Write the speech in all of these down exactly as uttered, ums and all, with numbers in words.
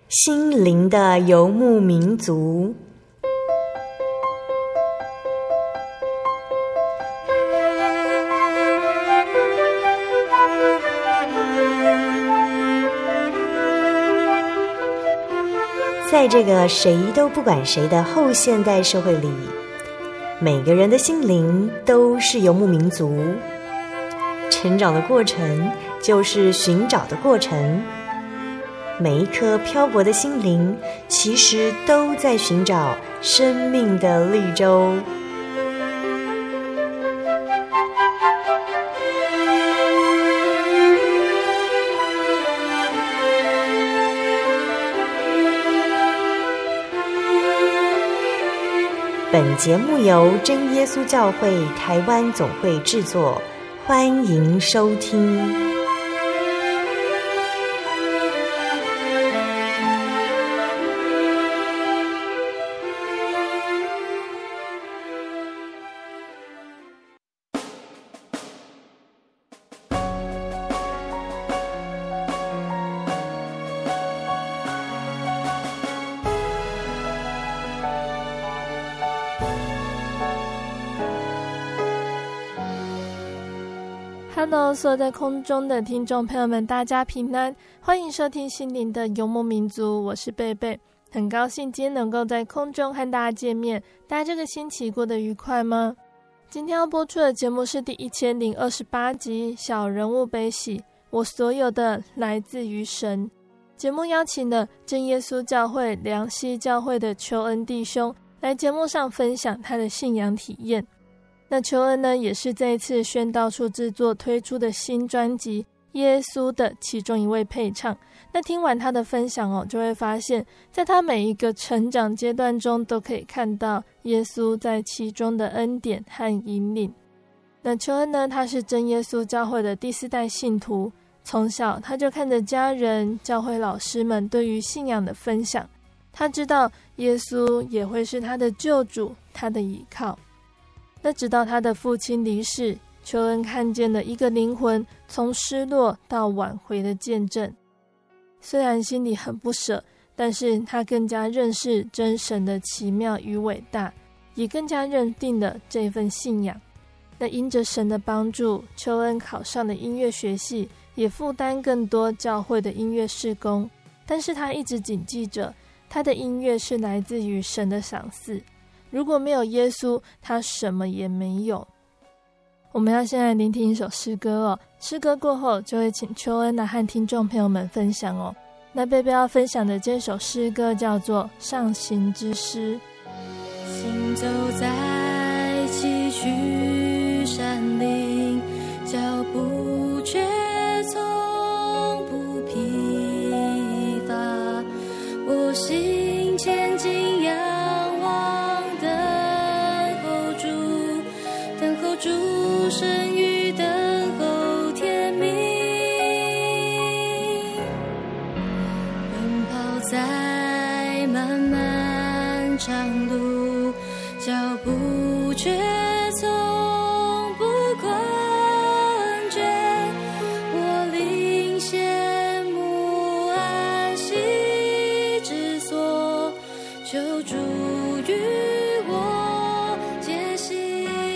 心灵的游牧民族。在这个谁都不管谁的后现代社会里，每个人的心灵都是游牧民族。成长的过程就是寻找的过程，每一颗漂泊的心灵其实都在寻找生命的绿洲。本节目由真耶稣教会台湾总会制作，欢迎收听。 Hello， 所有在空中的听众朋友们，大家平安，欢迎收听心灵的游牧民族，我是贝贝，很高兴今天能够在空中和大家见面。大家这个星期过得愉快吗？今天要播出的节目是第一千零二十八集《小人物悲喜》，我所有的来自于神。节目邀请了真耶稣教会良溪教会的邱恩弟兄来节目上分享他的信仰体验。那邱恩呢，也是这一次宣道处制作推出的新专辑《耶稣》的其中一位配唱。那听完他的分享哦，就会发现在他每一个成长阶段中都可以看到耶稣在其中的恩典和引领。那邱恩呢，他是真耶稣教会的第四代信徒，从小他就看着家人、教会老师们对于信仰的分享，他知道耶稣也会是他的救主，他的依靠。那直到他的父亲离世，邱恩看见了一个灵魂从失落到挽回的见证。虽然心里很不舍，但是他更加认识真神的奇妙与伟大，也更加认定了这份信仰。那因着神的帮助，邱恩考上了音乐学系，也负担更多教会的音乐事工。但是他一直谨记着，他的音乐是来自于神的赏赐，如果没有耶稣，他什么也没有。我们要先来聆听一首诗歌哦，诗歌过后就会请邱恩来和听众朋友们分享哦。那贝贝要分享的这首诗歌叫做《上行之诗》。 行走在崎岖山林，脚步却从不疲乏，我心前进仰望主生于等候天明，奔跑在漫漫长路，脚步却从不困倦，我领羡慕安息之所，求主与我结习。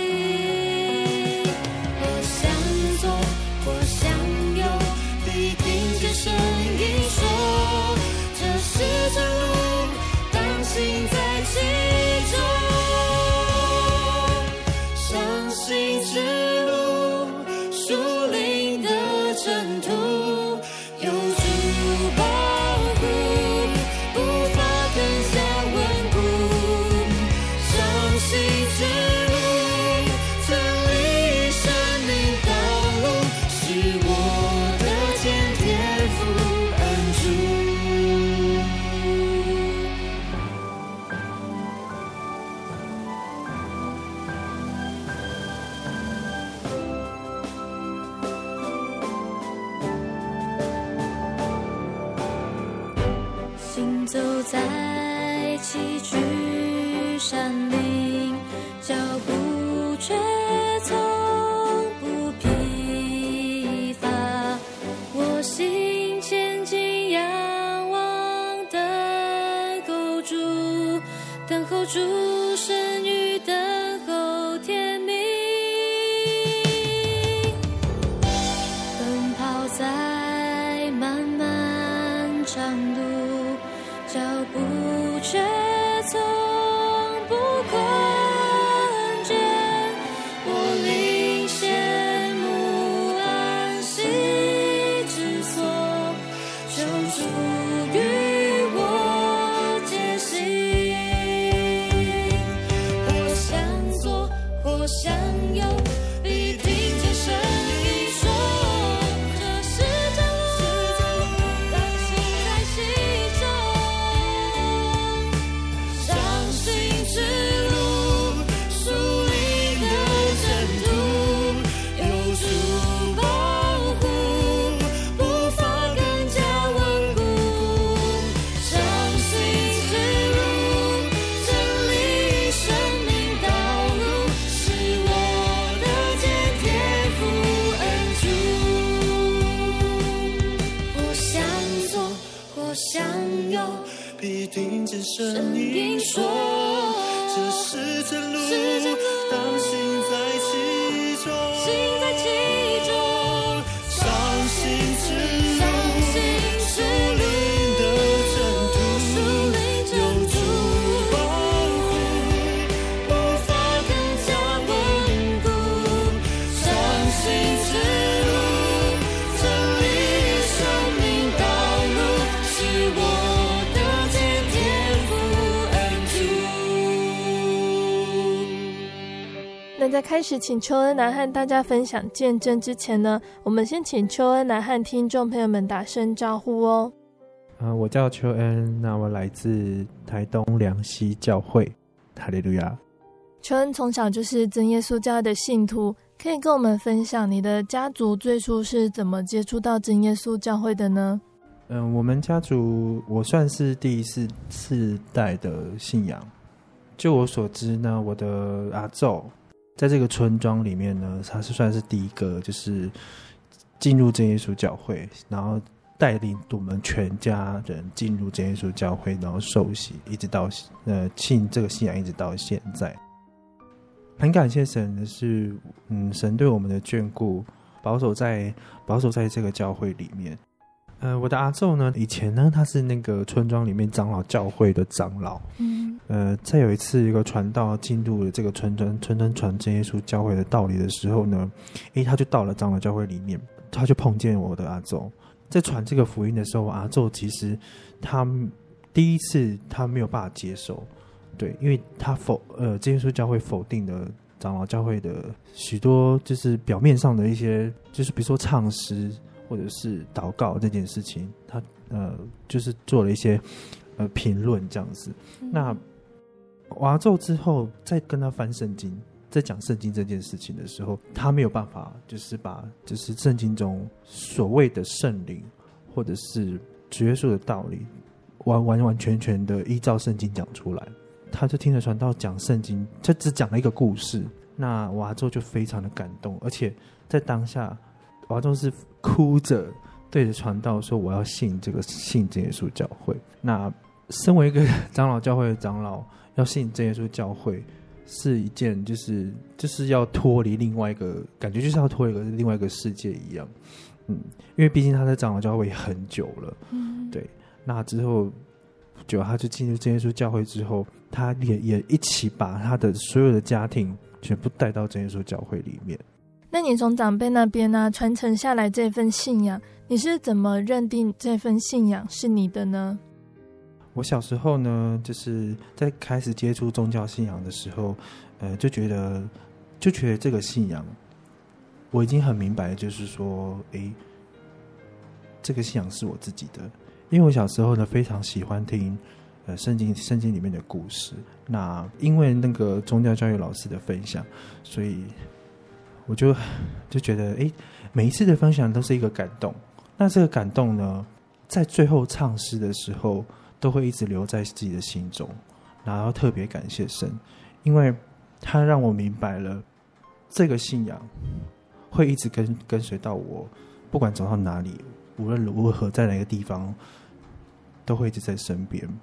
声音说，这是正路，当行在其中。上行之路，属灵的征途，有主保护，步伐更加稳固。上行之路，真理生命道路，是我的天天行走在崎岖山林，脚步却从不疲乏，我心前进仰望等住生育，等候天明，奔跑在漫漫长路，脚步却从不困倦，我领羡慕安息之所，求主与我结行。或向左，或向右，必听见声音说，这是真路，当行在其中。伤心之路，属灵的征途，有主保护，步伐更加稳固。伤心之路，真理生命道路，是我的肩天父恩主。或向左，或向右，必听见声音说，这是真路，当行在其中。行在其中，伤心之路，属灵的征途，有主保护，步伐更加稳固。伤心之路，真理生命道路，是我的肩天父恩主。 那在开始请邱恩来和大家分享见证之前呢，我们先请邱恩来和听众朋友们打声招呼哦。 呃，我叫邱恩，那我来自台东良溪教会，哈利路亚。 邱恩从小就是真耶稣教会的信徒，可以跟我们分享你的家族最初是怎么接触到真耶稣教会的呢？ 嗯、呃，我们家族我算是第四世代的信仰。就我所知呢，我的阿祖在这个村庄里面呢，他是算是第一个就是进入真耶稣教会，然后带领我们全家人进入真耶稣教会，然后受洗，一直到呃信这个信仰一直到现在。很感谢神的是，嗯，神对我们的眷顾，保守在保守在这个教会里面。呃，我的阿祖呢，以前呢他是那个村庄里面长老教会的长老。嗯，呃，在有一次一个传道进入了这个村庄，村庄传真耶稣教会的道理的时候呢，诶，他就到了长老教会里面，他就碰见我的阿祖。在传这个福音的时候，阿祖其实他第一次他没有办法接受，对，因为他否呃真耶稣教会否定了长老教会的许多就是表面上的一些，就是比如说唱诗或者是祷告这件事情，他呃就是做了一些呃评论这样子。嗯、那阿祖之后再跟他翻圣经，在讲圣经这件事情的时候，他没有办法就是把就是圣经中所谓的圣灵或者是主耶稣的道理完完完全全的依照圣经讲出来。他就听着传道讲圣经，他只讲了一个故事，那我阿祖就非常的感动，而且在当下我阿祖是哭着对着传道说，我要信这个信真耶稣教会。那身为一个长老教会的长老，要信真耶稣教会是一件就是就是要脱离另外一个感觉，就是要脱离另外一个世界一样。嗯，因为毕竟他在长老教会也很久了。嗯，对。那之后不久他就进入真耶稣教会之后，他也也一起把他的所有的家庭全部带到真耶稣教会里面。 那你从长辈那边呢、啊、传承下来这份信仰，你是怎么认定这份信仰是你的呢？ 我小时候呢，就是在开始接触宗教信仰的时候，呃，就觉得就觉得这个信仰，我已经很明白，就是说，诶，这个信仰是我自己的。因为我小时候呢，非常喜欢听呃圣经圣经里面的故事。那因为那个宗教教育老师的分享，所以我就就觉得，诶，每一次的分享都是一个感动。那这个感动呢，在最后唱诗的时候，都会一直留在自己的心中，然后特别感谢神，因为他让我明白了这个信仰会一直跟跟随到我，不管走到哪里，无论如何在哪个地方，都会一直在身边。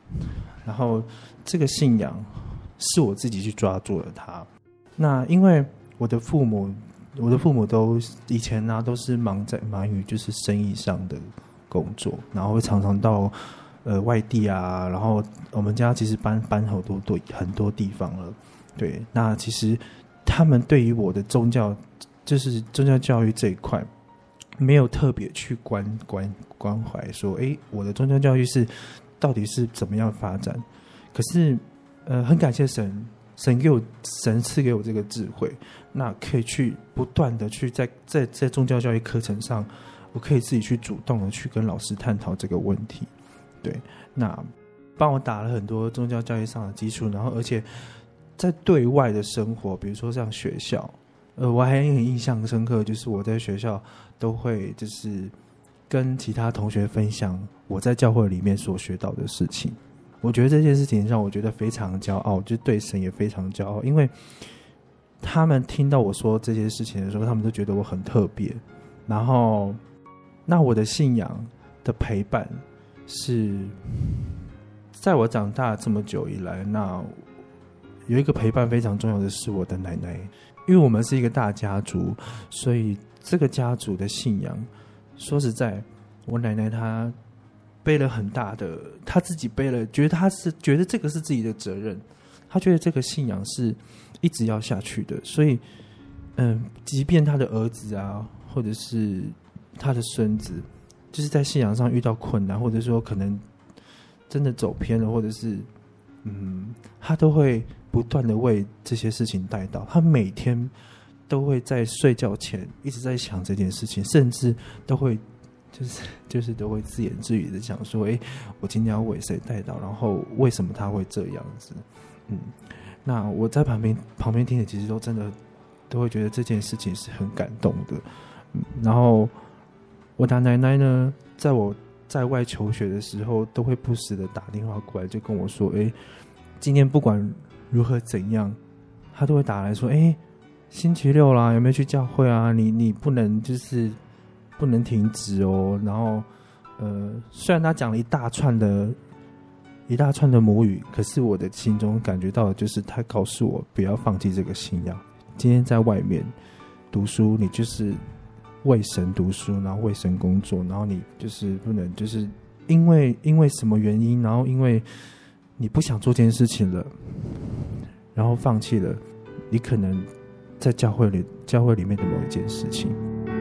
然后这个信仰是我自己去抓住了它。那因为我的父母，我的父母都以前呢、啊、都是忙在忙于就是生意上的工作，然后会常常到呃外地啊，然后我们家其实搬搬很多多很多地方了。对，那其实他们对于我的宗教，就是宗教教育这一块，没有特别去关关关怀，说，哎，我的宗教教育是到底是怎么样发展？可是，呃，很感谢神，神给我神赐给我这个智慧，那可以去不断的去在在在宗教教育课程上，我可以自己去主动的去跟老师探讨这个问题。对，那帮我打了很多宗教教育上的基础，然后而且在对外的生活，比如说像学校。呃，我还很印象深刻，就是我在学校都会就是跟其他同学分享我在教会里面所学到的事情。我觉得这件事情让我觉得非常骄傲，就对神也非常骄傲，因为他们听到我说这些事情的时候，他们都觉得我很特别。然后，那我的信仰的陪伴是在我长大这么久以来，那有一个陪伴非常重要的是我的奶奶。因为我们是一个大家族，所以这个家族的信仰，说实在，我奶奶她背了很大的，她自己背了，觉得她是觉得这个是自己的责任，她觉得这个信仰是一直要下去的，所以，嗯，即便她的儿子啊，或者是她的孙子，就是在信仰上遇到困难，或者说可能真的走偏了，或者是，嗯，她都会不断的为这些事情带到，他每天都会在睡觉前一直在想这件事情，甚至都会就是就是都会自言自语的想说，哎，我今天要为谁带到，然后为什么他会这样子？嗯，那我在旁边旁边听的，其实都真的都会觉得这件事情是很感动的。嗯，然后我的奶奶呢，在我在外求学的时候，都会不时的打电话过来，就跟我说，哎，今天不管如何怎样，他都会打来说，哎，星期六啦，有没有去教会啊？你你不能就是不能停止哦。然后呃，虽然他讲了一大串的一大串的母语，可是我的心中感觉到的就是他告诉我不要放弃这个信仰。今天在外面读书，你就是为神读书，然后为神工作，然后你就是不能就是因为因为什么原因，然后因为你不想做这件事情了，然后放弃了你可能在教会里教会里面的某一件事情。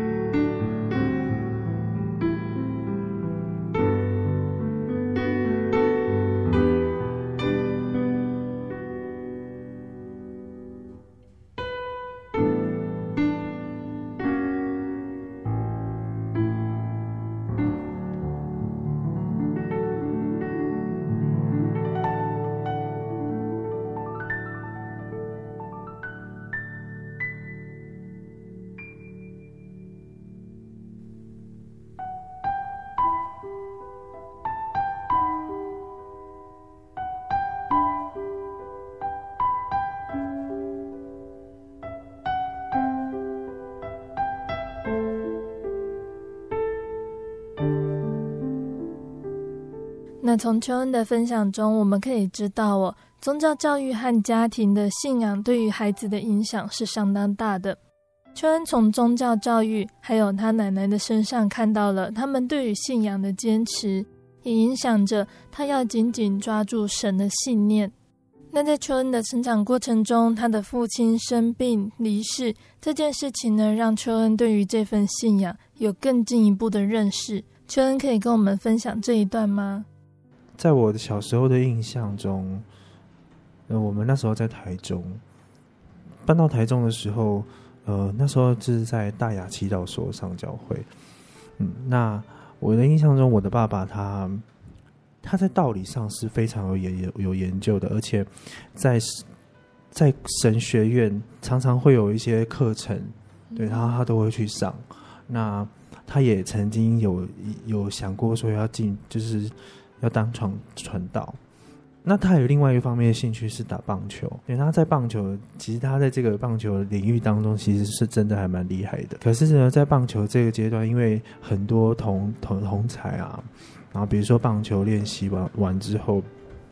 那从秋恩的分享中，我们可以知道哦，宗教教育和家庭的信仰对于孩子的影响是相当大的。秋恩从宗教教育还有他奶奶的身上看到了他们对于信仰的坚持，也影响着他要紧紧抓住神的信念。那在秋恩的成长过程中，他的父亲生病离世，这件事情呢，让秋恩对于这份信仰有更进一步的认识。秋恩可以跟我们分享这一段吗？ 在我的小时候的印象中，呃，我们那时候在台中，搬到台中的时候，呃，那时候就是在大雅祈祷所上教会。嗯，那我的印象中，我的爸爸他他在道理上是非常有研有研究的，而且在在神学院常常会有一些课程，对，然后他都会去上。那他也曾经有有想过说要进，就是要当传传道。那他有另外一方面的兴趣是打棒球，因为他在棒球，其实他在这个棒球领域当中，其实是真的还蛮厉害的。可是呢，在棒球这个阶段，因为很多同同同才啊，然后比如说棒球练习完完之后，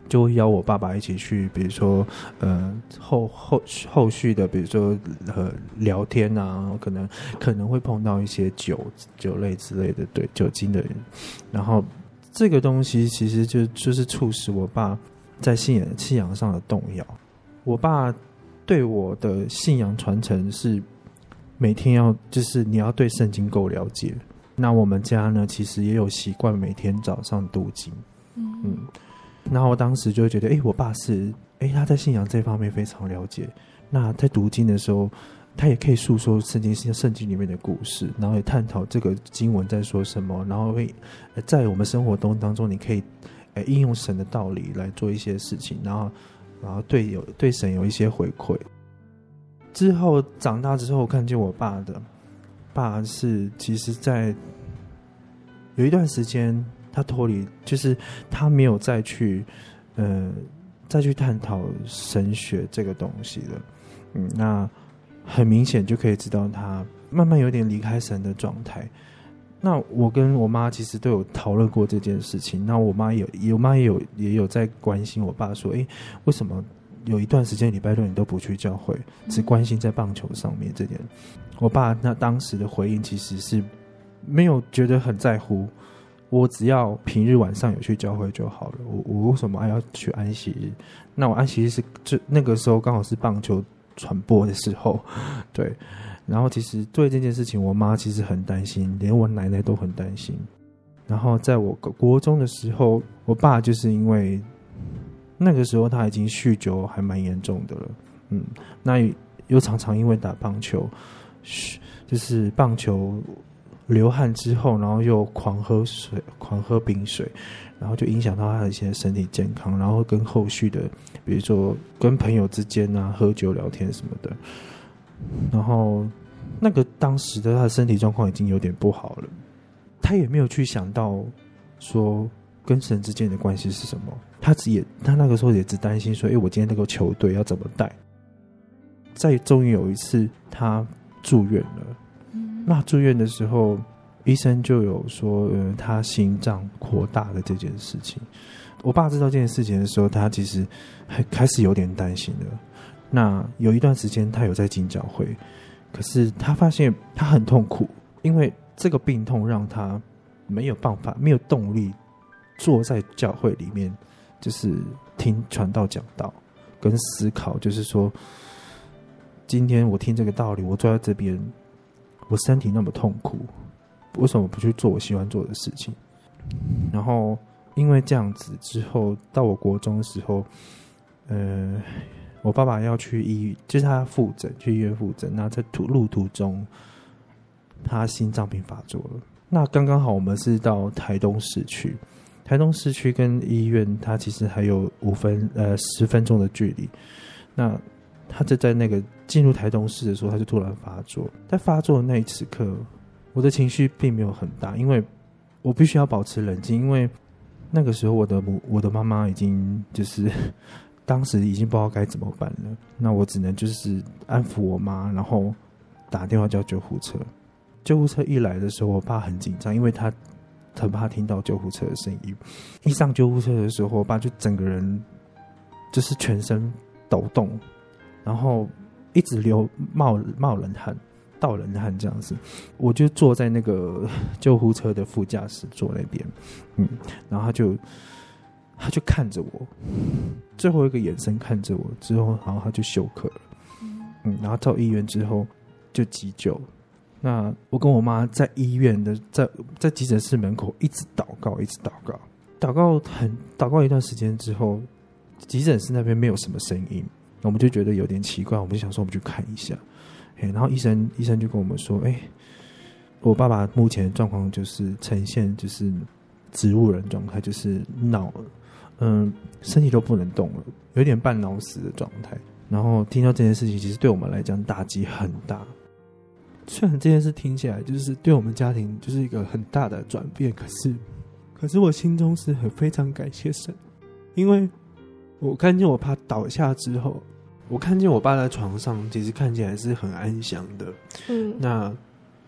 就会邀我爸爸一起去，比如说呃后后后续的，比如说呃聊天啊，可能可能会碰到一些酒酒类之类的，对酒精的人，然后这个东西其实就就是促使我爸在信仰信仰上的动摇。我爸对我的信仰传承是每天要就是你要对圣经够了解。那我们家呢，其实也有习惯每天早上读经，嗯嗯。然后我当时就会觉得，哎，我爸是，哎，他在信仰这方面非常了解。那在读经的时候，他也可以诉说圣经圣经里面的故事，然后也探讨这个经文在说什么，然后会在我们生活中当中，你可以呃应用神的道理来做一些事情，然后然后对有对神有一些回馈。之后长大之后，看见我爸的爸是，其实在有一段时间。他脱离，就是他没有再去，呃，再去探讨神学这个东西了。嗯，那很明显就可以知道他慢慢有点离开神的状态。那我跟我妈其实都有讨论过这件事情。那我妈也有，我妈也有也有在关心我爸说，哎，为什么有一段时间礼拜六你都不去教会，只关心在棒球上面这点？我爸那当时的回应其实是没有觉得很在乎。我只要平日晚上有去教会就好了，我我为什么还要去安息日？那我安息日是就那个时候刚好是棒球传播的时候，对。然后其实对这件事情，我妈其实很担心，连我奶奶都很担心。然后在我国中的时候，我爸就是因为那个时候他已经酗酒还蛮严重的了，嗯，那又常常因为打棒球，就是棒球。流汗之后，然后又狂喝水、狂喝冰水，然后就影响到他的一些身体健康，然后跟后续的，比如说跟朋友之间啊、喝酒聊天什么的，然后那个当时的他的身体状况已经有点不好了，他也没有去想到说跟神之间的关系是什么，他只也他那个时候也只担心说，哎，我今天那个球队要怎么带？在终于有一次他住院了。那住院的时候，医生就有说，呃，他心脏扩大的这件事情。我爸知道这件事情的时候，他其实还开始有点担心了。那有一段时间，他有在进教会，可是他发现他很痛苦，因为这个病痛让他没有办法、没有动力坐在教会里面，就是听传道讲道，跟思考，就是说，今天我听这个道理，我坐在这边。我身体那么痛苦，为什么不去做我喜欢做的事情？然后因为这样子之后，到我国中的时候，呃，我爸爸要去医院，就是他复诊，去医院复诊。那在途路途中，他心脏病发作了。那刚刚好，我们是到台东市区，台东市区跟医院，它其实还有五分呃十分钟的距离。那他就在那个进入台东市的时候，他就突然发作。在发作的那一时刻，我的情绪并没有很大，因为我必须要保持冷静，因为那个时候我的母我的妈妈已经就是当时已经不知道该怎么办了。那我只能就是安抚我妈，然后打电话叫救护车。救护车一来的时候，我爸很紧张，因为他很怕听到救护车的声音。一上救护车的时候，我爸就整个人就是全身抖动。然后一直流冒冒冷汗，倒冷汗这样子，我就坐在那个救护车的副驾驶座那边，嗯，然后他就他就看着我，最后一个眼神看着我之后，然后他就休克了，嗯，然后到医院之后就急救。那我跟我妈在医院的在在急诊室门口一直祷告，一直祷告，祷告很祷告一段时间之后，急诊室那边没有什么声音。我们就觉得有点奇怪，我们就想说我们去看一下，然后医生医生就跟我们说，哎，我爸爸目前的状况就是呈现就是植物人状态，就是脑嗯身体都不能动了，有点半脑死的状态。然后听到这件事情，其实对我们来讲打击很大。虽然这件事听起来就是对我们家庭就是一个很大的转变，可是可是我心中是很非常感谢神，因为我看见我爸倒下之后，我看见我爸在床上，其实看起来是很安详的。嗯，那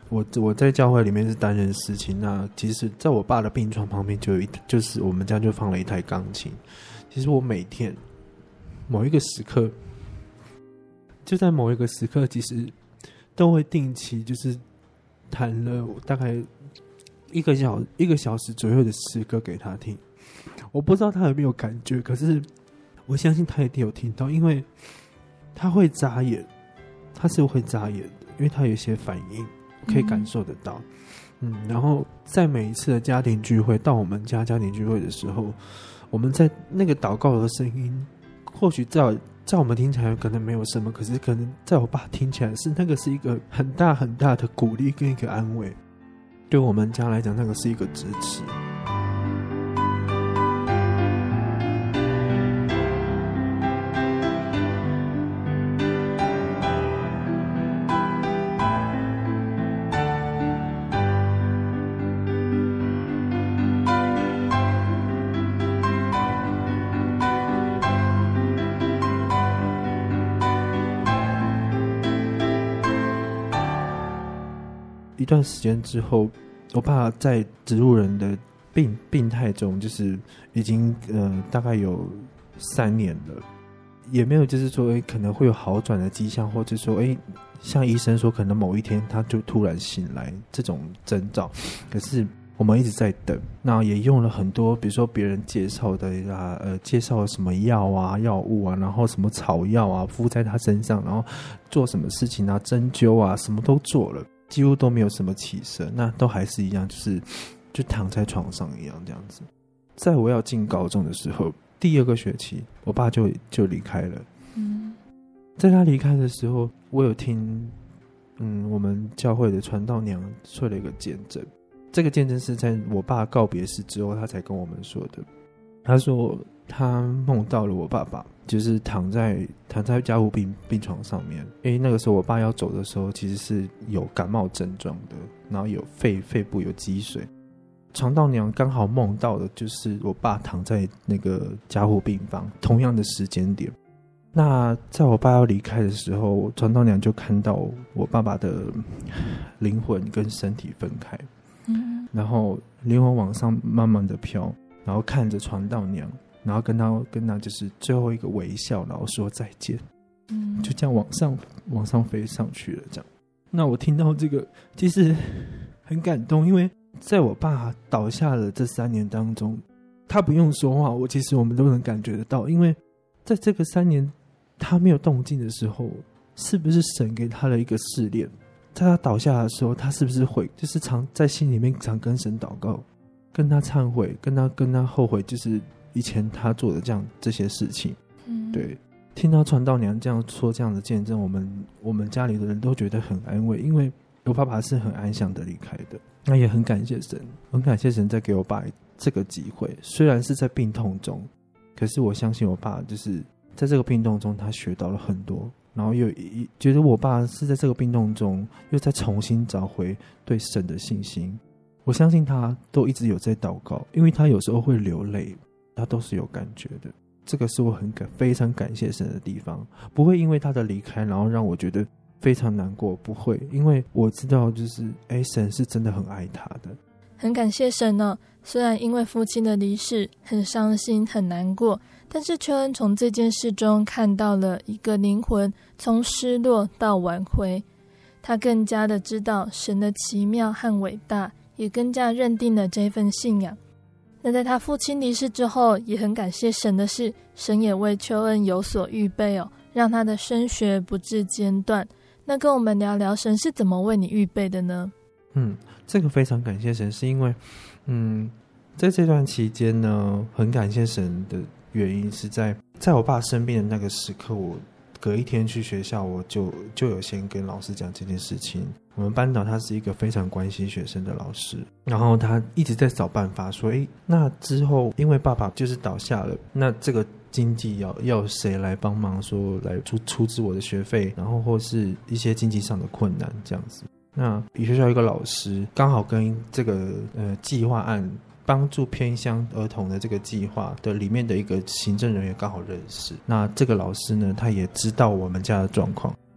我我在教会里面是担任司琴，那其实在我爸的病床旁边就有一，就是我们家就放了一台钢琴。其实我每天某一个时刻，就在某一个时刻，其实都会定期就是弹了大概一个小一个小时左右的诗歌给他听。我不知道他有没有感觉，可是我相信他一定有听到，因为他会眨眼，他是会眨眼的，因为他有一些反应，可以感受得到。嗯，然后在每一次的家庭聚会，到我们家家庭聚会的时候，我们在那个祷告的声音，或许在在我们听起来可能没有什么，可是可能在我爸听起来是那个是一个很大很大的鼓励跟一个安慰，对我们家来讲，那个是一个支持。一段时间之后，我爸在植物人的病病态中，就是已经呃大概有三年了，也没有就是说、欸、可能会有好转的迹象，或者说哎、欸，像医生说可能某一天他就突然醒来这种征兆，可是我们一直在等，那也用了很多，比如说别人介绍的啊，呃，介绍了什么药啊、药物啊，然后什么草药啊敷在他身上，然后做什么事情啊、针灸啊，什么都做了。几乎都没有什么起色，那都还是一样，就是就躺在床上一样这样子。在我要进高中的时候，第二个学期，我爸就就离开了。嗯，在他离开的时候，我有听，嗯，我们教会的传道娘说了一个见证。这个见证是在我爸告别式之后，他才跟我们说的。他说他梦到了我爸爸，就是躺在躺在加护病病床上面。因为那个时候我爸要走的时候，其实是有感冒症状的，然后有肺肺部有积水。传道娘刚好梦到的就是我爸躺在那个加护病房，同样的时间点。那在我爸要离开的时候，传道娘就看到我爸爸的灵魂跟身体分开，嗯，然后灵魂往上慢慢的飘。然后看着传道娘，然后跟他跟他就是最后一个微笑，然后说再见，嗯，就这样往上往上飞上去了。这样，那我听到这个其实很感动，因为在我爸倒下的这三年当中，他不用说话，我其实我们都能感觉得到，因为在这个三年他没有动静的时候，是不是神给他的一个试炼？在他倒下的时候，他是不是会就是常在心里面常跟神祷告？跟他忏悔，跟他跟他后悔，就是以前他做的这样这些事情。嗯，对，听到传道娘这样说这样的见证，我们我们家里的人都觉得很安慰，因为我爸爸是很安详的离开的。那也很感谢神，很感谢神再给我爸这个机会。虽然是在病痛中，可是我相信我爸就是在这个病痛中，他学到了很多，然后又觉得我爸是在这个病痛中又再重新找回对神的信心。我相信他都一直有在祷告，因为他有时候会流泪，他都是有感觉的。这个是我很感非常感谢神的地方，不会因为他的离开然后让我觉得非常难过，不会，因为我知道就是哎，神是真的很爱他的。 很感谢神哦，虽然因为父亲的离世很伤心很难过，但是秋恩从这件事中看到了一个灵魂从失落到挽回，他更加的知道神的奇妙和伟大，也更加认定了这份信仰。那在他父亲离世之后，也很感谢神的是，神也为秋恩有所预备哦，让他的升学不致间断。那跟我们聊聊神是怎么为你预备的呢？ 嗯，这个非常感谢神，是因为嗯，在这段期间呢，很感谢神的原因是在在我爸生病的那个时刻，我隔一天去学校，我就就有先跟老师讲这件事情。我们班导他是一个非常关心学生的老师，然后他一直在找办法说，诶，那之后因为爸爸就是倒下了，那这个经济要要谁来帮忙，说来出出资我的学费，然后或是一些经济上的困难这样子。那学校有一个老师刚好跟这个呃计划案帮助偏乡儿童的这个计划的里面的一个行政人员刚好认识，那这个老师呢，他也知道我们家的状况，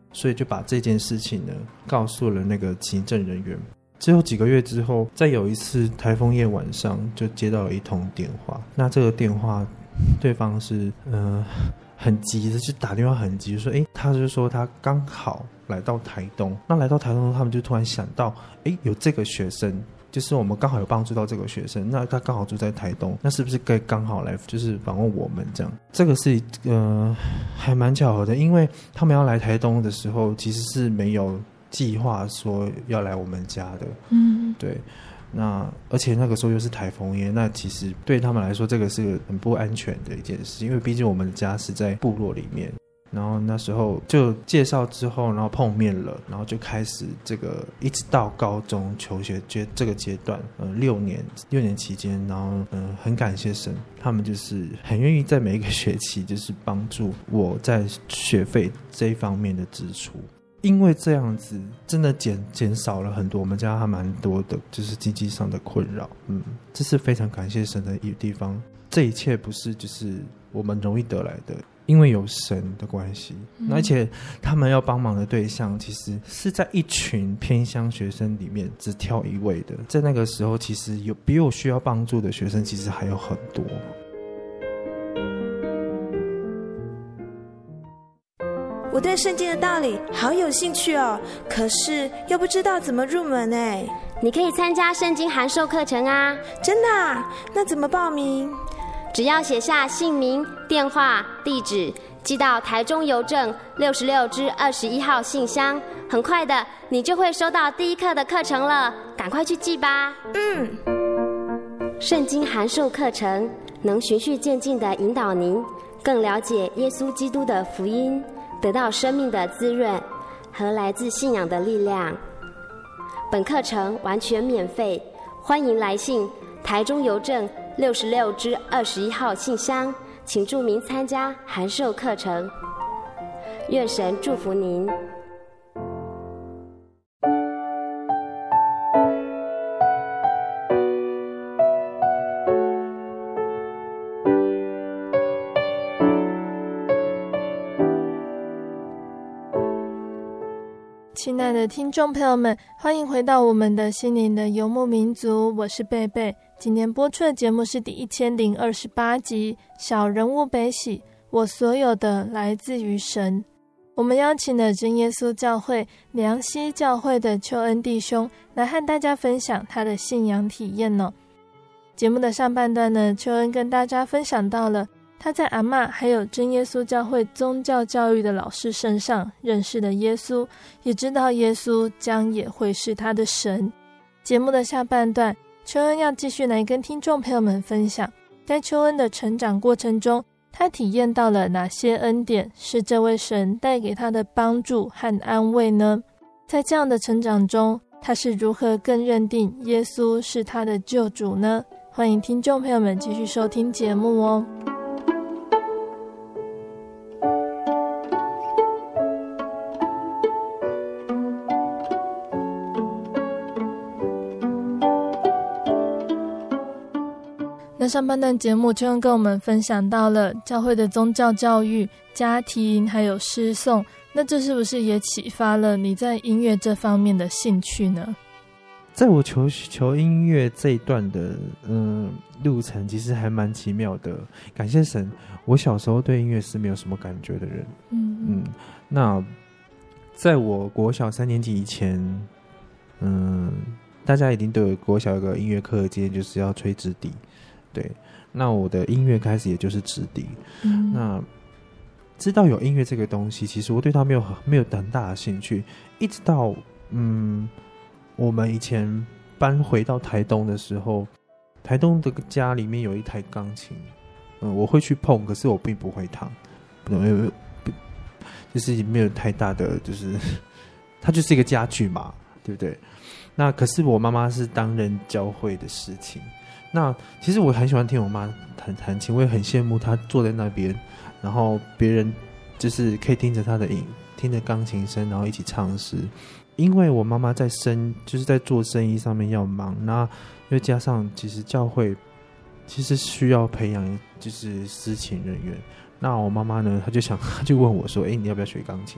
所以就把这件事情呢告诉了那个行政人员。之后几个月之后，再有一次台风夜晚上就接到了一通电话，那这个电话对方是呃很急的，就打电话很急，就说哎，他就说他刚好来到台东，那来到台东他们就突然想到哎，有这个学生，就是我们刚好有帮助到这个学生，那他刚好住在台东，那是不是可以刚好来就是访问我们这样？这个是呃还蛮巧合的，因为他们要来台东的时候其实是没有计划说要来我们家的，嗯，对。那而且那个时候又是台风夜，那其实对他们来说这个是很不安全的一件事，因为毕竟我们的家是在部落里面。然后那时候就介绍之后，然后碰面了，然后就开始这个一直到高中求学阶这个阶段，呃，六年六年期间，然后嗯、呃，很感谢神，他们就是很愿意在每一个学期就是帮助我在学费这一方面的支出。因为这样子真的减减少了很多我们家还蛮多的就是经济上的困扰，嗯，这是非常感谢神的一个地方。这一切不是就是我们容易得来的，因为有神的关系、嗯、而且他们要帮忙的对象其实是在一群偏乡学生里面只挑一位的，在那个时候其实有比我需要帮助的学生其实还有很多。 我对圣经的道理好有兴趣哦，可是又不知道怎么入门哎。 你可以参加圣经函授课程啊。 真的啊？那怎么报名？ 只要写下姓名、电话、地址，寄到台中邮政六十六支二十一号信箱，很快的你就会收到第一课的课程了，赶快去寄吧。 嗯。 圣经函授课程能循序渐进地引导您更了解耶稣基督的福音，得到生命的滋润和来自信仰的力量。本课程完全免费，欢迎来信台中邮政六十六支二十一号信箱，请注明参加函授课程。愿神祝福您。 亲爱的听众朋友们，欢迎回到我们的心灵的游牧民族，我是贝贝。今天播出的节目是第一千零二十八集《小人物悲喜》，我所有的来自于神。我们邀请了真耶稣教会良溪教会的邱恩弟兄来和大家分享他的信仰体验哦。节目的上半段呢，邱恩跟大家分享到了他在阿嬷还有真耶稣教会宗教教育的老师身上认识了耶稣，也知道耶稣将也会是他的神。节目的下半段，邱恩要继续来跟听众朋友们分享，在邱恩的成长过程中，他体验到了哪些恩典是这位神带给他的帮助和安慰呢？在这样的成长中，他是如何更认定耶稣是他的救主呢？欢迎听众朋友们继续收听节目哦。那上半段节目就跟我们分享到了教会的宗教教育、家庭还有诗颂，那这是不是也启发了你在音乐这方面的兴趣呢？ 在我求求音乐这一段的嗯路程其实还蛮奇妙的，感谢神，我小时候对音乐是没有什么感觉的人。嗯嗯，那在我国小三年级以前，嗯，大家一定都有国小有个音乐课间，就是要吹直笛。对，那我的音乐开始也就是直笛。嗯，那知道有音乐这个东西，其实我对它没有没有很大的兴趣，一直到嗯，我们以前搬回到台东的时候，台东的家里面有一台钢琴，嗯，我会去碰，可是我并不会弹，嗯，就是没有太大的，就是它就是一个家具嘛，对不对？那可是我妈妈是担任教会的事情。那其实我很喜欢听我妈弹弹琴，我也很羡慕她坐在那边，然后别人就是可以听着她的音，听着钢琴声，然后一起唱诗。因为我妈妈在生就是在做生意上面要忙，那又加上其实教会其实需要培养就是司琴人员。那我妈妈呢，她就想，她就问我说：“哎，你要不要学钢琴？”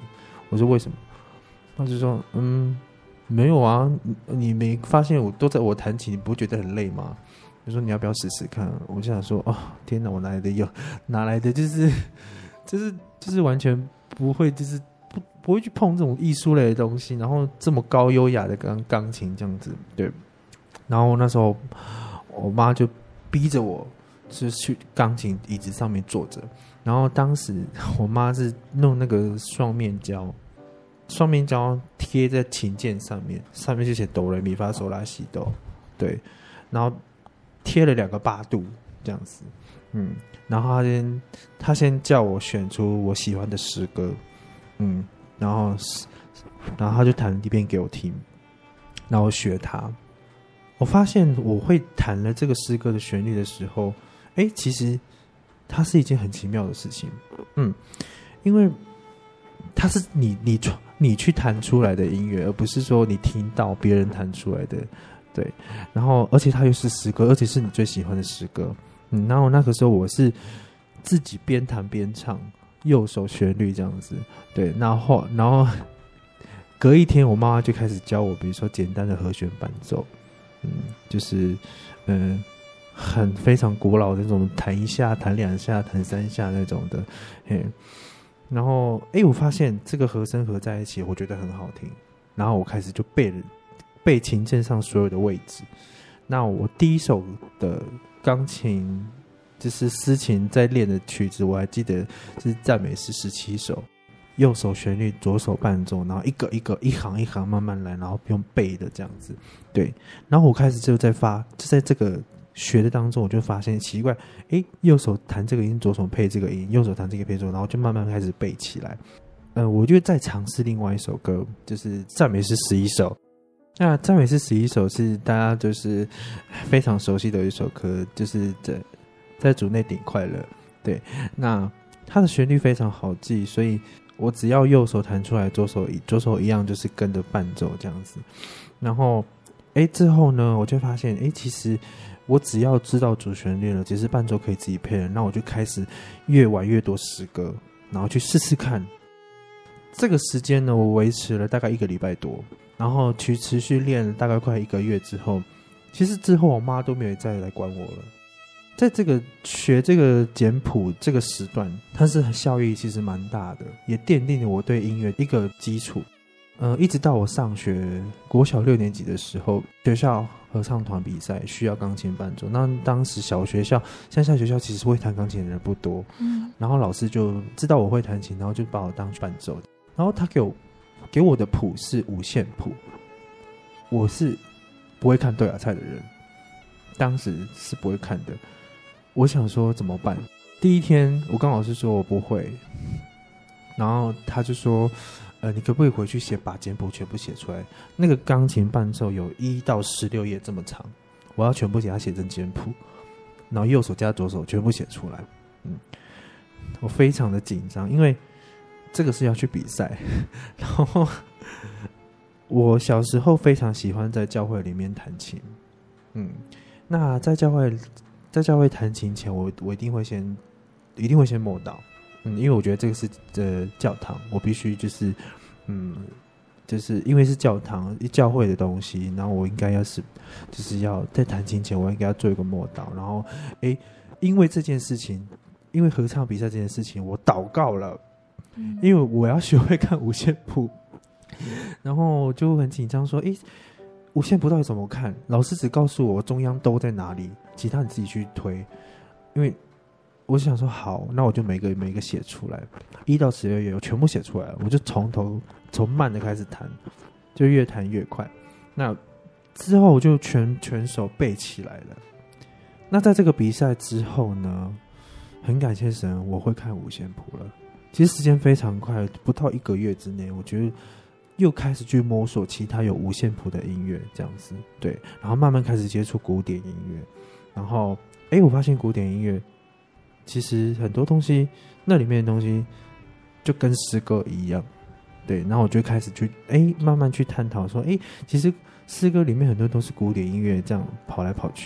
我说为什么？他就说嗯没有啊，你没发现我都在我弹琴，你不会觉得很累吗？就说你要不要试试看？我就想说哦天哪，我哪来的有哪来的就是就是就是完全不会就是不不会去碰这种艺术类的东西，然后这么高优雅的钢钢琴这样子，对。然后那时候我妈就逼着我就去钢琴椅子上面坐着，然后当时我妈是弄那个双面胶，双面胶贴在琴键上面，上面就写哆来咪发嗦拉西哆，对，然后贴了两个八度这样子，嗯，然后他先他先叫我选出我喜欢的诗歌，嗯，然后然后他就弹一遍给我听，然后我学他。我发现我会弹了这个诗歌的旋律的时候，哎，其实它是一件很奇妙的事情，嗯，因为它是你你你去弹出来的音乐，而不是说你听到别人弹出来的，对。然后，而且它又是诗歌，而且是你最喜欢的诗歌，嗯。然后那个时候我是自己边弹边唱，右手旋律这样子，对。然后，然后隔一天，我妈妈就开始教我，比如说简单的和弦伴奏。嗯，就是嗯、呃，很非常古老的那种，弹一下、弹两下、弹三下那种的，嘿。然后，哎，我发现这个和声合在一起，我觉得很好听。然后我开始就背了背琴键上所有的位置。那我第一首的钢琴就是司琴在练的曲子，我还记得是赞美诗十七首。右手旋律，左手伴奏，然后一个一个一行一行慢慢来，然后用背的这样子，对。然后我开始就在发，就在这个学的当中，我就发现奇怪，哎，右手弹这个音，左手配这个音，右手弹这个配奏，然后就慢慢开始背起来。呃，我就再尝试另外一首歌，就是赞美诗十一首。那赞美诗十一首是大家就是非常熟悉的一首歌，就是在在主内顶快乐，对。那它的旋律非常好记，所以我只要右手弹出来，左手左手一样就是跟着伴奏这样子。然后哎，之后呢我就发现哎，其实我只要知道主旋律了，其实伴奏可以自己配了。那我就开始越玩越多诗歌，然后去试试看。这个时间呢我维持了大概一个礼拜多，然后去持续练了大概快一个月之后，其实之后我妈都没有再来管我了。在这个学这个简谱这个时段，它是效益其实蛮大的，也奠定了我对音乐一个基础。呃，一直到我上学国小六年级的时候，学校合唱团比赛需要钢琴伴奏。那当时小学校、乡下学校其实会弹钢琴的人不多，嗯，然后老师就知道我会弹琴，然后就把我当伴奏。然后他给我给我的谱是五线谱，我是不会看豆芽菜的人，当时是不会看的。我想说怎么办？第一天我跟老师说我不会，然后他就说呃，你可不可以回去写，把简谱全部写出来？那个钢琴伴奏有一到十六页这么长，我要全部给它写成简谱，然后右手加左手全部写出来。嗯，我非常的紧张，因为这个是要去比赛。然后我小时候非常喜欢在教会里面弹琴。嗯，那在教会在教会弹琴前，我我一定会先一定会先默祷。嗯，因为我觉得这个是呃教堂，我必须就是嗯，就是因为是教堂教会的东西，然后我应该要是就是要在弹琴前，我应该要做一个默祷。然后诶，因为这件事情，因为合唱比赛这件事情，我祷告了，嗯、因为我要学会看五线谱，然后就很紧张说，诶，五线谱到底怎么看？老师只告诉我中央都在哪里，其他你自己去推，因为。我就想说好，那我就每个每个写出来，一到十六页我全部写出来了，我就从头从慢的开始弹，就越弹越快。那之后我就全全手背起来了。那在这个比赛之后呢，很感谢神，我会看五线谱了。其实时间非常快，不到一个月之内，我觉得又开始去摸索其他有五线谱的音乐，这样子对，然后慢慢开始接触古典音乐，然后哎，我发现古典音乐。其实很多东西，那里面的东西就跟诗歌一样，对。然后我就开始去，哎，慢慢去探讨说，哎，其实诗歌里面很多都是古典音乐这样跑来跑去，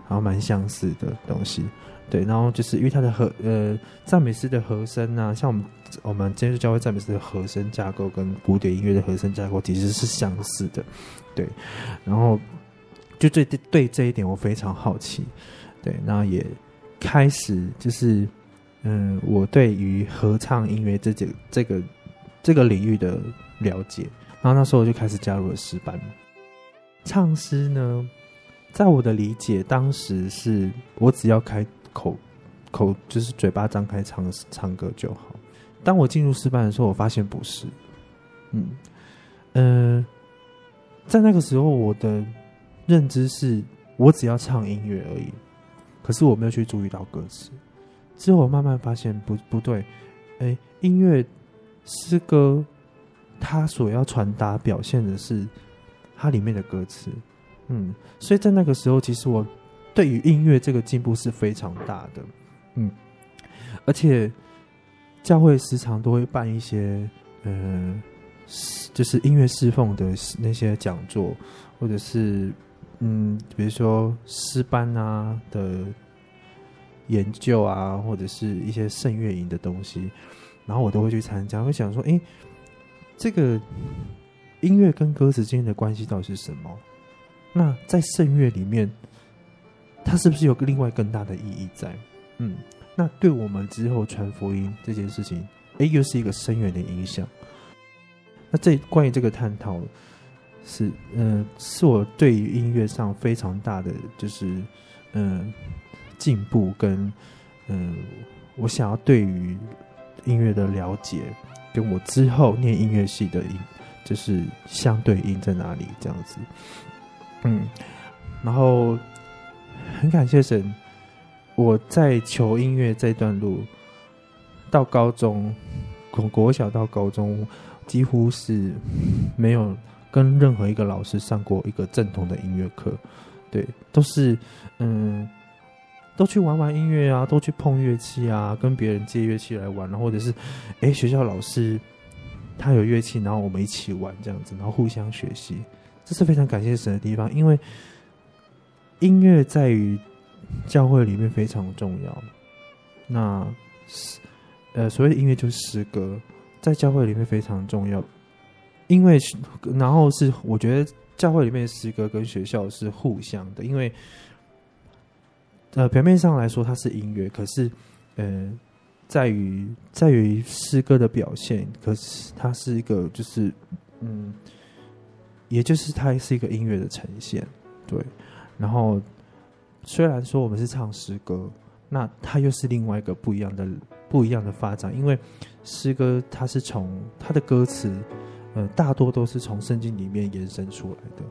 然后蛮相似的东西。对，然后就是因为它的和呃赞美诗的和声啊，像我们我们今天教会赞美诗的和声架构跟古典音乐的和声架构其实是相似的。对，然后就对对这一点我非常好奇。对，然后也开始就是嗯，我对于合唱音乐这这这个这个领域的了解，然后那时候我就开始加入了诗班。唱诗呢，在我的理解，当时是我只要开口口就是嘴巴张开唱唱歌就好。当我进入诗班的时候，我发现不是。嗯呃，在那个时候，我的认知是我只要唱音乐而已，可是我没有去注意到歌词。之后我慢慢发现不不对，哎，音乐诗歌它所要传达表现的是它里面的歌词。嗯，所以在那个时候，其实我对于音乐这个进步是非常大的。嗯，而且教会时常都会办一些呃，就是音乐侍奉的那些讲座，或者是嗯，比如说诗班啊的研究啊，或者是一些圣乐营的东西，然后我都会去参加，会想说，哎，这个音乐跟歌词之间的关系到底是什么？那在圣乐里面，它是不是有另外更大的意义在？嗯，那对我们之后传福音这件事情，哎，又是一个深远的影响。那这关于这个探讨是，嗯、呃，是我对于音乐上非常大的，就是嗯、呃、进步跟嗯、呃，我想要对于音乐的了解，跟我之后念音乐系的音，就是相对应在哪里这样子。嗯，然后很感谢神，我在求音乐这段路到高中，从国小到高中，几乎是没有跟任何一个老师上过一个正统的音乐课。对，都是嗯，都去玩玩音乐啊，都去碰乐器啊，跟别人借乐器来玩，或者是哎学校老师他有乐器，然后我们一起玩这样子，然后互相学习。这是非常感谢神的地方，因为音乐在于教会里面非常重要。那呃，所谓的音乐就是诗歌，在教会里面非常重要。因为然后是我觉得教会里面的诗歌跟学校是互相的，因为呃表面上来说它是音乐，可是呃在于在于诗歌的表现，可是它是一个就是嗯。也就是它是一个音乐的呈现。对，然后虽然说我们是唱诗歌，那它又是另外一个不一样的不一样的发展，因为诗歌它是从它的歌词呃大多都是从圣经里面延伸出来的。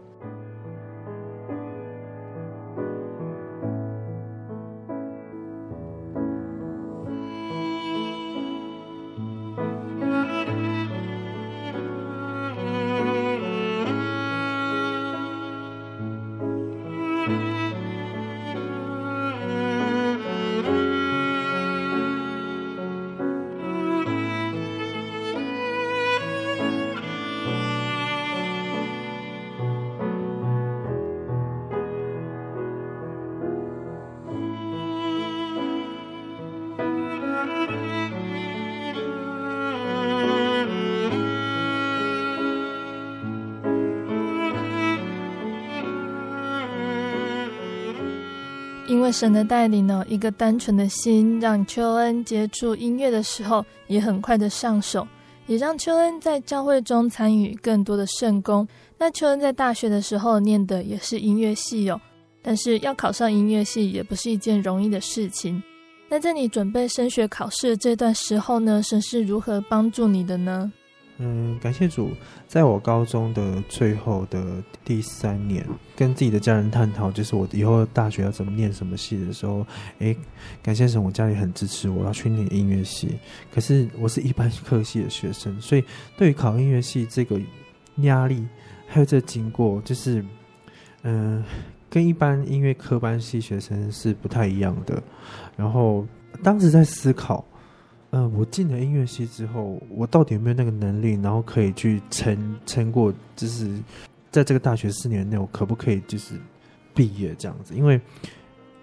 因为神的带领呢，一个单纯的心让邱恩接触音乐的时候也很快的上手，也让邱恩在教会中参与更多的圣工。那邱恩在大学的时候念的也是音乐系哦，但是要考上音乐系也不是一件容易的事情。那在你准备升学考试的这段时候呢，神是如何帮助你的呢？ 嗯，感谢主，在我高中的最后的第三年，跟自己的家人探讨，就是我以后大学要怎么念什么系的时候，诶，感谢神，我家里很支持我要去念音乐系。可是我是一般科系的学生，所以对于考音乐系这个压力，还有这个经过，就是嗯、呃，跟一般音乐科班系学生是不太一样的。然后当时在思考。呃，我进了音乐系之后，我到底有没有那个能力，然后可以去撑撑过，就是在这个大学四年内，我可不可以就是毕业这样子？因为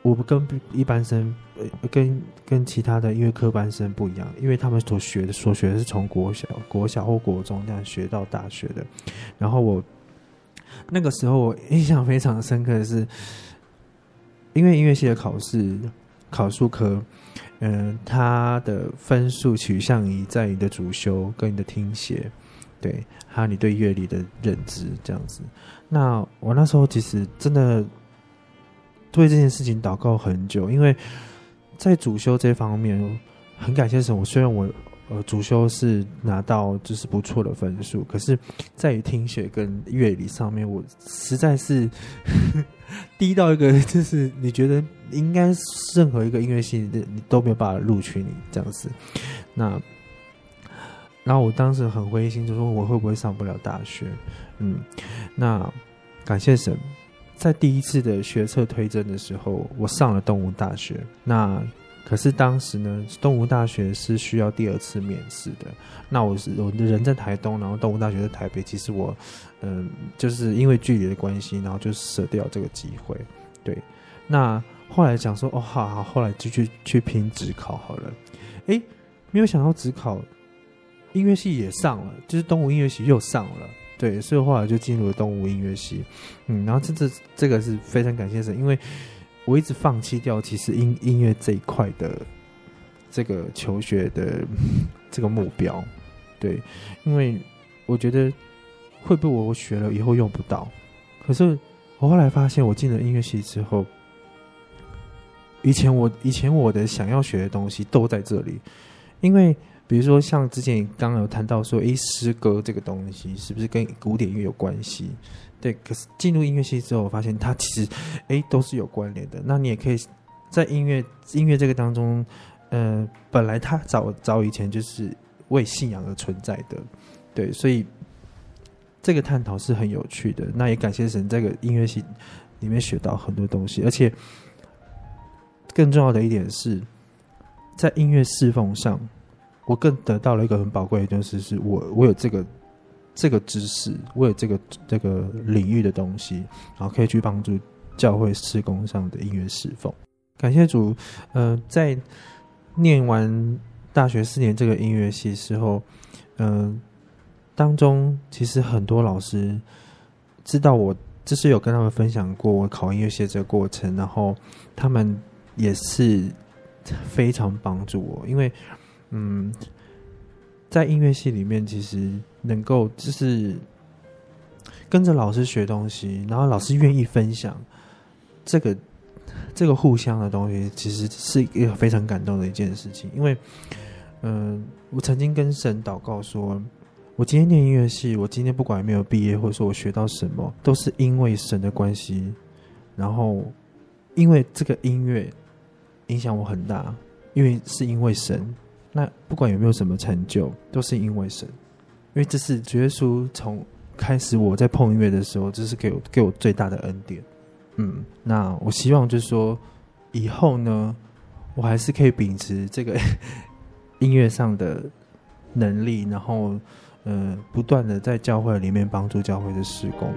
我跟一般生跟跟其他的音乐科班生不一样，因为他们所学的所学的是从国小国小或国中这样学到大学的。然后我那个时候我印象非常深刻的是，因为音乐系的考试考数科，嗯、呃，它的分数取向于在你的主修跟你的听写，对，还有你对乐理的认知这样子。那我那时候其实真的对这件事情祷告很久，因为在主修这方面很感谢神，我虽然我呃主修是拿到就是不错的分数，可是在于听写跟乐理上面我实在是低到一个就是你觉得应该任何一个音乐系你都没有办法录取你这样子。那然后我当时很灰心，就说我会不会上不了大学。嗯，那感谢神，在第一次的学测推甄的时候我上了东吴大学。那可是当时呢东吴大学是需要第二次面试的，那我是我的人在台东，然后东吴大学在台北，其实我嗯就是因为距离的关系，然后就舍掉这个机会。对，那后来讲说哦好好，后来就去去拼指考好了。诶，没有想到指考音乐系也上了，就是东吴音乐系又上了。对，所以后来就进入了东吴音乐系。嗯，然后这这这个是非常感谢神，因为我一直放弃掉其实音音乐这一块的这个求学的这个目标。对，因为我觉得会不会我学了以后用不到，可是我后来发现我进了音乐系之后，以前我以前我的想要学的东西都在这里。因为比如说像之前刚刚有谈到说诶诗歌这个东西是不是跟古典乐有关系，对，可是进入音乐系之后我发现它其实诶都是有关联的。那你也可以在音乐音乐这个当中呃，本来它早早以前就是为信仰而存在的，对，所以这个探讨是很有趣的。那也感谢神这个音乐系里面学到很多东西，而且更重要的一点是在音乐侍奉上我更得到了一个很宝贵的东西，是我我有这个这个知识，我有这个这个领域的东西，然后可以去帮助教会事工上的音乐侍奉。感谢主，呃，在念完大学四年这个音乐系之后，嗯、呃，当中其实很多老师知道我就是有跟他们分享过我考音乐系这个过程，然后他们也是非常帮助我，因为嗯，在音乐系里面其实能够就是跟着老师学东西，然后老师愿意分享这个这个互相的东西，其实是一个非常感动的一件事情。因为嗯、呃，我曾经跟神祷告说，我今天念音乐系，我今天不管有没有毕业，或者说我学到什么，都是因为神的关系，然后因为这个音乐影响我很大，因为是因为神，那不管有没有什么成就都是因为神，因为这是主耶稣从开始我在碰音乐的时候，这是给我给我最大的恩典。嗯，那我希望就是说以后呢我还是可以秉持这个音乐上的能力，然后呃不断的在教会里面帮助教会的事工。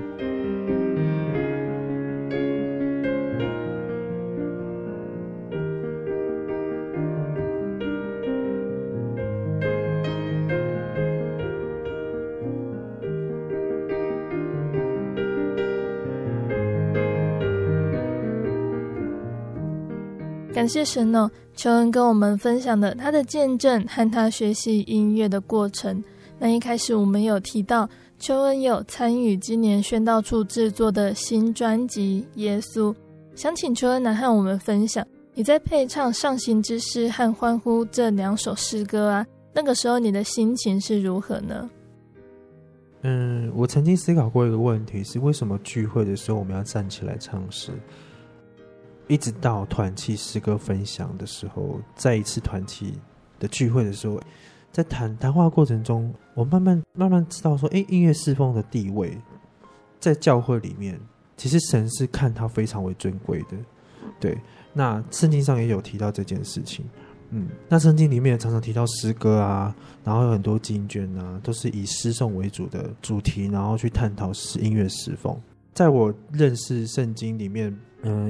感谢神哦，邱恩跟我们分享了他的见证和他学习音乐的过程。那一开始我们有提到邱恩有参与今年宣道处制作的新专辑《耶稣》，想请邱恩来和我们分享你在配唱《上行之诗》和《欢呼》这两首诗歌啊，那个时候你的心情是如何呢？ 嗯，我曾经思考过一个问题，是为什么聚会的时候我们要站起来唱诗，一直到团契诗歌分享的时候，在一次团契的聚会的时候，在谈谈话过程中，我慢慢慢慢知道说，诶，音乐侍奉的地位在教会里面，其实神是看它非常为尊贵的。对，那圣经上也有提到这件事情。嗯，那圣经里面也常常提到诗歌啊，然后有很多经卷啊，都是以诗颂为主的主题，然后去探讨音乐侍奉。在我认识圣经里面，嗯、呃。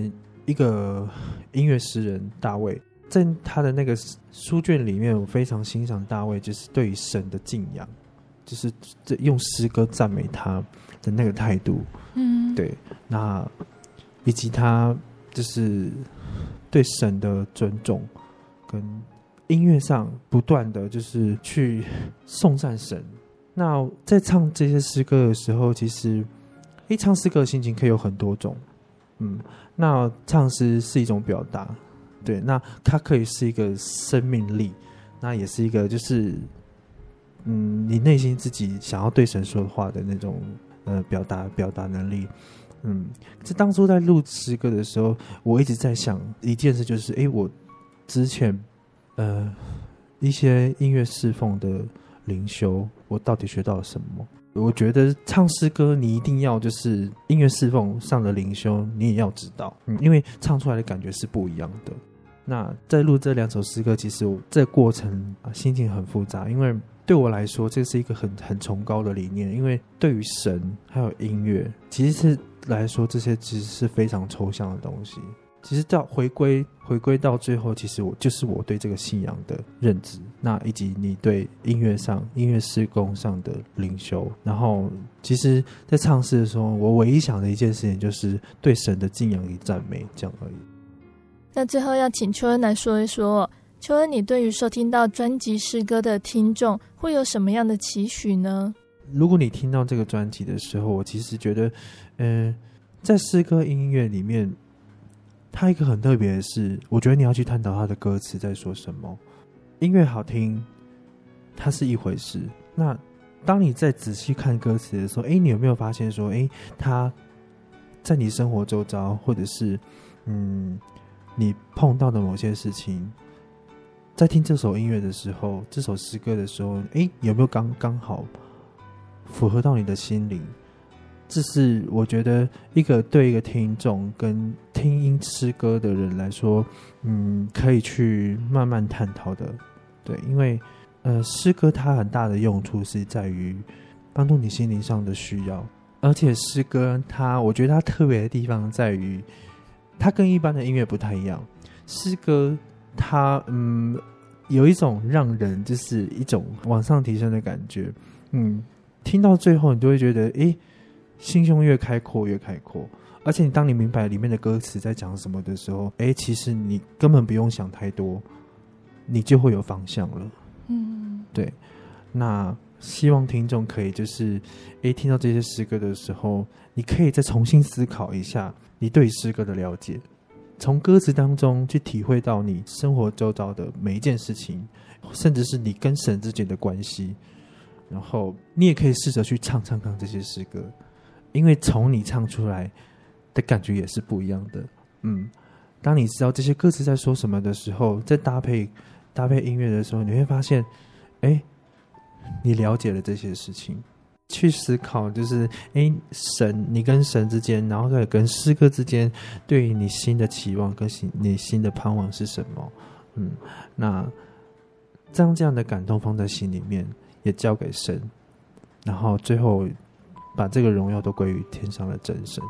一个音乐诗人大卫，在他的那个书卷里面，我非常欣赏大卫就是对于神的敬仰，就是用诗歌赞美他的那个态度。嗯，对，那以及他就是对神的尊重，跟音乐上不断的就是去颂赞神。那在唱这些诗歌的时候，其实一唱诗歌的心情可以有很多种。嗯，那唱诗是一种表达，对，那它可以是一个生命力，那也是一个就是嗯，你内心自己想要对神说的话的那种呃表达表达能力。嗯，这当初在录诗歌的时候，我一直在想一件事，就是哎，我之前呃一些音乐侍奉的灵修，我到底学到了什么？我觉得唱诗歌你一定要就是音乐侍奉上的灵修你也要知道，嗯，因为唱出来的感觉是不一样的。那在录这两首诗歌，其实我这过程、啊、心情很复杂，因为对我来说这是一个很很崇高的理念，因为对于神还有音乐其实是来说这些其实是非常抽象的东西。其实到回归回归到最后，其实我就是我对这个信仰的认知，那以及你对音乐上音乐事工上的灵修。然后其实在唱诗的时候，我唯一想的一件事情就是对神的敬仰与赞美，这样而已。 那最后要请邱恩来说一说，邱恩你对于收听到专辑诗歌的听众会有什么样的期许呢？ 如果你听到这个专辑的时候，我其实觉得嗯、呃，在诗歌音乐里面它一个很特别的是，我觉得你要去探讨它的歌词在说什么。音乐好听它是一回事，那当你再仔细看歌词的时候，诶，你有没有发现说，诶，它在你生活周遭，或者是嗯你碰到的某些事情，在听这首音乐的时候，这首诗歌的时候，诶，有没有刚刚好符合到你的心灵？这是我觉得一个对一个听众跟听音诗歌的人来说，嗯，可以去慢慢探讨的。对，因为呃，诗歌它很大的用处是在于帮助你心灵上的需要，而且诗歌它，我觉得它特别的地方在于，它跟一般的音乐不太一样。诗歌它嗯有一种让人就是一种往上提升的感觉，嗯，听到最后你就会觉得，诶，心胸越开阔越开阔，而且你当你明白里面的歌词在讲什么的时候，哎，其实你根本不用想太多，你就会有方向了。嗯，对。那希望听众可以就是，哎，听到这些诗歌的时候，你可以再重新思考一下你对诗歌的了解，从歌词当中去体会到你生活周遭的每一件事情，甚至是你跟神之间的关系。然后你也可以试着去唱唱看这些诗歌。因为从你唱出来的感觉也是不一样的。嗯，当你知道这些歌词在说什么的时候，在搭配搭配音乐的时候，你会发现，哎，你了解了这些事情，去思考，就是哎，神，你跟神之间，然后再跟诗歌之间，对于你新的期望跟你新的盼望是什么？嗯，那将这样的感动放在心里面，也交给神，然后最后把这个荣耀都归于天上的真神。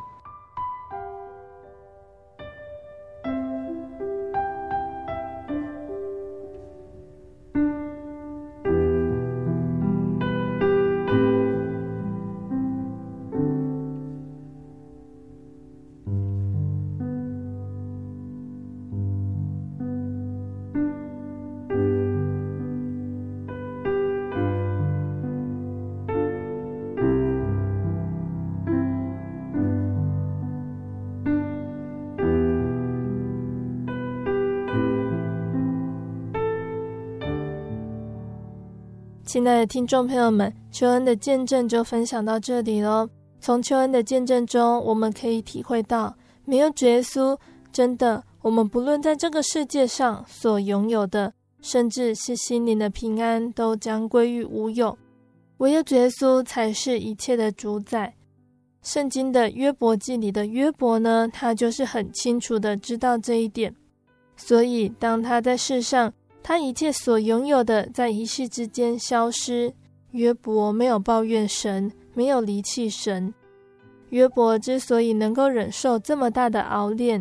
亲爱的听众朋友们，邱恩的见证就分享到这里咯。从邱恩的见证中，我们可以体会到，没有主耶稣，真的，我们不论在这个世界上所拥有的，甚至是心灵的平安，都将归于无有。唯有主耶稣才是一切的主宰。圣经的约伯记里的约伯呢，他就是很清楚的知道这一点。所以当他在世上，他一切所拥有的在一夕之间消失，约伯没有抱怨神，没有离弃神。约伯之所以能够忍受这么大的熬炼，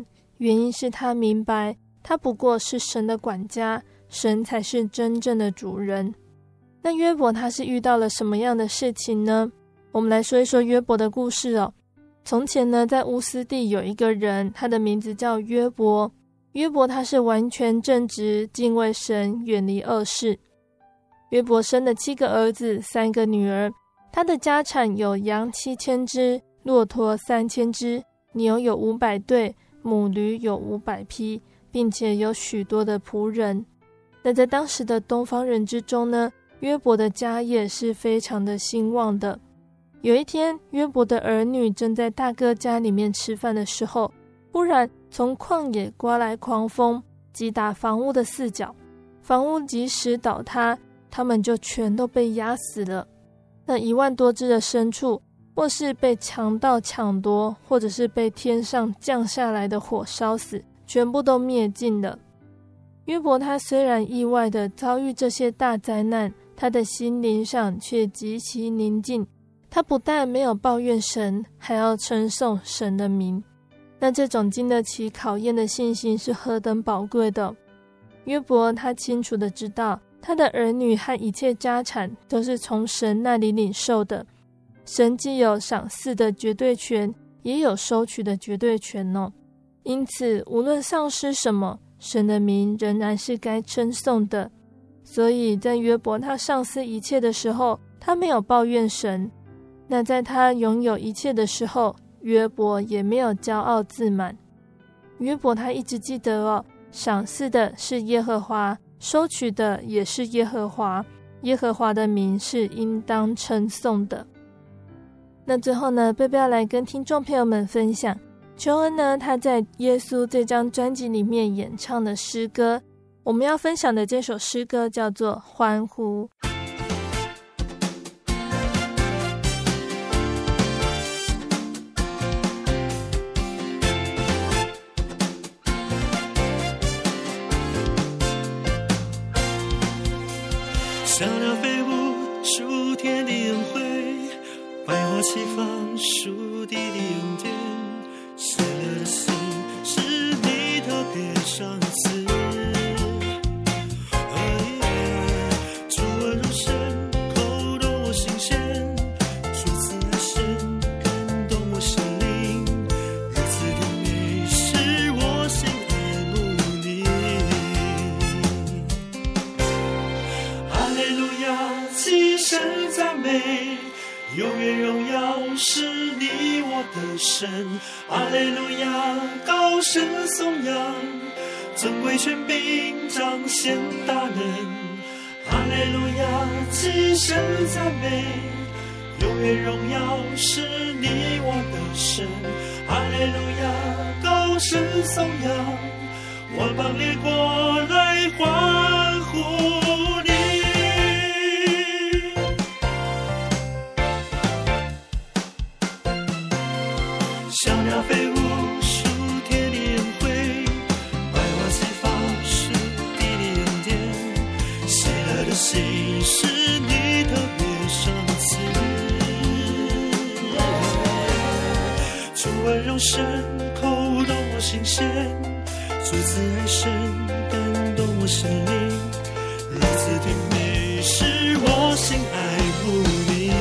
原因是他明白他不过是神的管家，神才是真正的主人。那约伯他是遇到了什么样的事情呢？我们来说一说约伯的故事哦。从前呢，在乌斯地有一个人，他的名字叫约伯。约伯他是完全正直，敬畏神，远离恶事。约伯生了七个儿子，三个女儿。他的家产有羊七千只，骆驼三千只，牛有五百对，母驴有五百匹，并且有许多的仆人。那在当时的东方人之中呢，约伯的家业是非常的兴旺的。有一天，约伯的儿女正在大哥家里面吃饭的时候，忽然从旷野刮来狂风，击打房屋的四角，房屋即时倒塌，他们就全都被压死了。那一万多只的牲畜，或是被强盗抢夺，或者是被天上降下来的火烧死，全部都灭尽了。约伯他虽然意外的遭遇这些大灾难，他的心灵上却极其宁静。他不但没有抱怨神，还要称颂神的名。那这种经得起考验的信心是何等宝贵的。约伯他清楚的知道，他的儿女和一切家产都是从神那里领受的。神既有赏赐的绝对权，也有收取的绝对权哦。因此无论丧失什么，神的名仍然是该称颂的。所以在约伯他丧失一切的时候，他没有抱怨神。那在他拥有一切的时候，约伯也没有骄傲自满。约伯他一直记得哦，赏赐的是耶和华，收取的也是耶和华，耶和华的名是应当称颂的。那最后呢，贝贝要来跟听众朋友们分享邱恩呢他在耶稣这张专辑里面演唱的诗歌。我们要分享的这首诗歌叫做欢呼。 小鸟飞舞，数天的恩惠，百花齐放，数地的恩典，喜乐的心是你特别赏赐。主恩如神，扣动我心弦，主慈爱深，感动我心灵，如此的美，使我心爱慕你。哈利路亚，齐声赞美，永远荣耀是你我的神。哈利路亚，高声颂扬，尊贵权柄彰显大能。哈利路亚，齐声赞美，永远荣耀是你我的神。哈利路亚，高声颂扬，万邦列国来欢呼你。小鸟飞舞，数天的恩惠，百花齐放，数地的恩典，喜乐的心是你特别赏赐。主温柔深，扣动我心弦，主慈爱深，感动我心灵，如此的美，使我心爱慕你。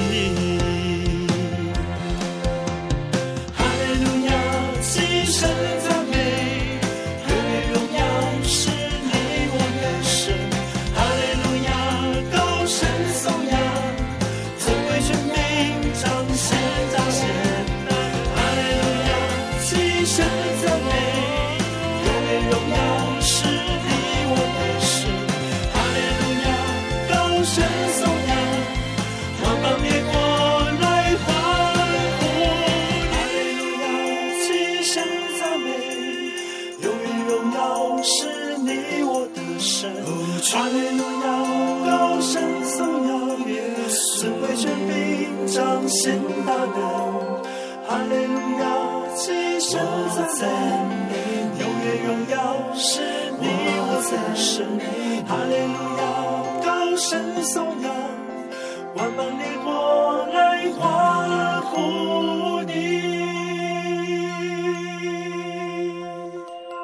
神赞美，永远荣耀是你我的神。哈利路亚，高声颂扬，尊贵权柄彰显彰显。哈利路亚，齐声赞美，永远荣耀是你我的神。哈利路亚，高声颂扬，万邦列国来欢呼。哈利路亚，齐声是你我的神。哈利路亚，高声颂扬，尊贵权柄彰显大能。哈利路亚，齐声赞美，永远荣耀是你我的神。哈利路亚，高声颂扬，万邦列国来欢呼你。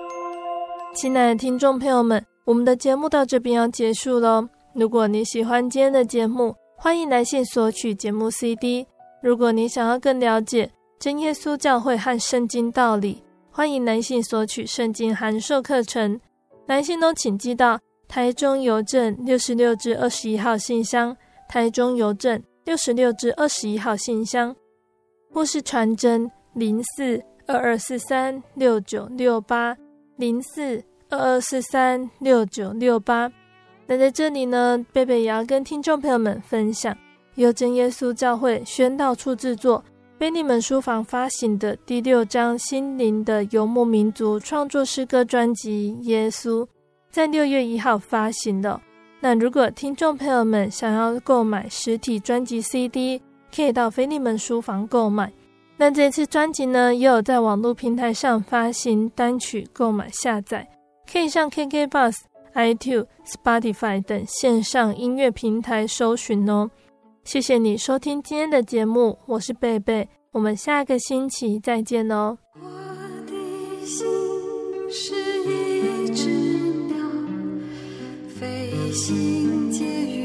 亲爱的听众朋友们，我们的节目到这边要结束咯。如果你喜欢今天的节目，欢迎来信索取节目 C D。 如果你想要更了解真耶稣教会和圣经道理，欢迎来信索取圣经函授课程。来信都请寄到台中邮政六十六至二十一号信箱，台中邮政六十六至二十一号信箱，或是传真零四二二四三六九六八零四二二四三六九六八。那在这里呢，贝贝也要跟听众朋友们分享由真耶稣教会宣道处制作，贝利门书房发行的第六章心灵的游牧民族创作诗歌专辑《耶稣》，在六月一号发行的。那如果听众朋友们想要购买实体专辑 C D， 可以到菲利门书房购买。那这次专辑呢，也有在网络平台上发行单曲购买下载，可以上 K K B O X、iTunes、Spotify 等线上音乐平台搜寻哦。谢谢你收听今天的节目，我是贝贝，我们下个星期再见哦。 我的心是一只鸟，飞行介于